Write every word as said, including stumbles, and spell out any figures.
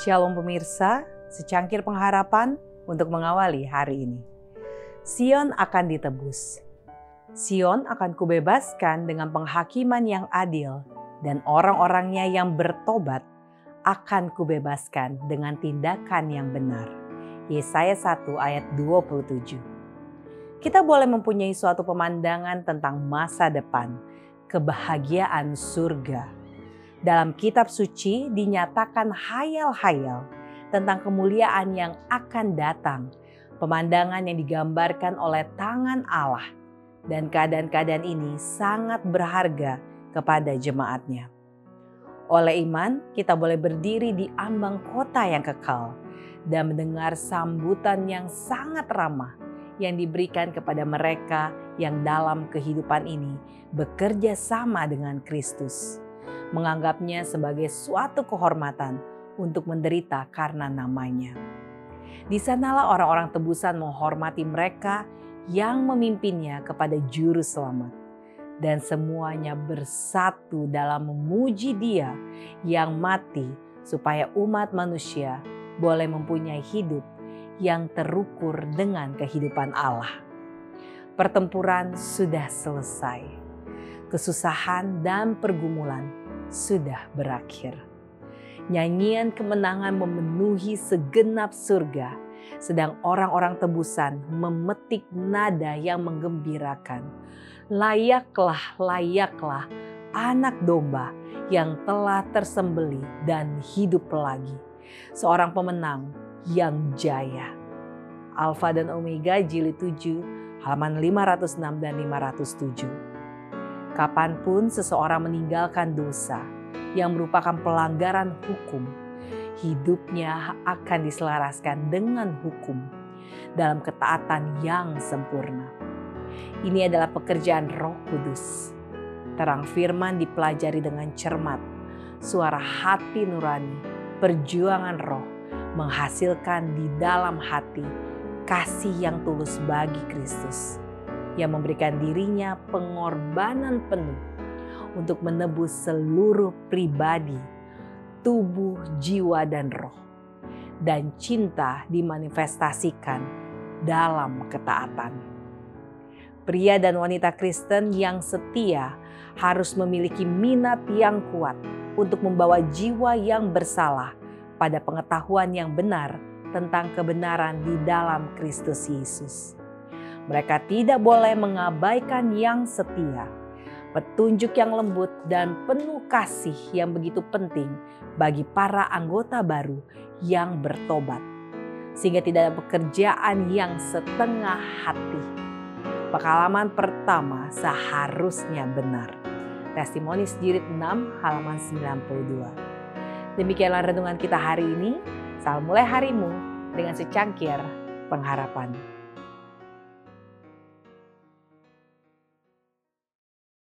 Shalom pemirsa, secangkir pengharapan untuk mengawali hari ini. Sion akan ditebus. Sion akan kubebaskan dengan penghakiman yang adil, dan orang-orangnya yang bertobat akan kubebaskan dengan tindakan yang benar. Yesaya satu ayat dua puluh tujuh. Kita boleh mempunyai suatu pemandangan tentang masa depan, kebahagiaan surga. Dalam kitab suci dinyatakan hayal-hayal tentang kemuliaan yang akan datang, pemandangan yang digambarkan oleh tangan Allah, dan keadaan-keadaan ini sangat berharga kepada jemaatnya. Oleh iman, kita boleh berdiri di ambang kota yang kekal dan mendengar sambutan yang sangat ramah yang diberikan kepada mereka yang dalam kehidupan ini bekerja sama dengan Kristus, menganggapnya sebagai suatu kehormatan untuk menderita karena namanya. Di sanalah orang-orang tebusan menghormati mereka yang memimpinnya kepada juru selamat. Dan semuanya bersatu dalam memuji Dia yang mati supaya umat manusia boleh mempunyai hidup yang terukur dengan kehidupan Allah. Pertempuran sudah selesai. Kesusahan dan pergumulan sudah berakhir. Nyanyian kemenangan memenuhi segenap surga, sedang orang-orang tebusan memetik nada yang menggembirakan. Layaklah, layaklah anak domba yang telah tersembelih dan hidup lagi. Seorang pemenang yang jaya. Alfa dan Omega jilid tujuh halaman lima ratus enam dan lima ratus tujuh. Kapanpun seseorang meninggalkan dosa yang merupakan pelanggaran hukum, hidupnya akan diselaraskan dengan hukum dalam ketaatan yang sempurna. Ini adalah pekerjaan Roh Kudus. Terang firman dipelajari dengan cermat. Suara hati nurani, perjuangan roh menghasilkan di dalam hati kasih yang tulus bagi Kristus, yang memberikan dirinya pengorbanan penuh untuk menebus seluruh pribadi, tubuh, jiwa, dan roh. Dan cinta dimanifestasikan dalam ketaatan. Pria dan wanita Kristen yang setia harus memiliki minat yang kuat untuk membawa jiwa yang bersalah pada pengetahuan yang benar tentang kebenaran di dalam Kristus Yesus. Mereka tidak boleh mengabaikan yang setia, petunjuk yang lembut dan penuh kasih yang begitu penting bagi para anggota baru yang bertobat, sehingga tidak ada pekerjaan yang setengah hati. Pengalaman pertama seharusnya benar. Testimonis jilid enam halaman sembilan puluh dua. Demikianlah renungan kita hari ini. Selamat mulai harimu dengan secangkir pengharapan.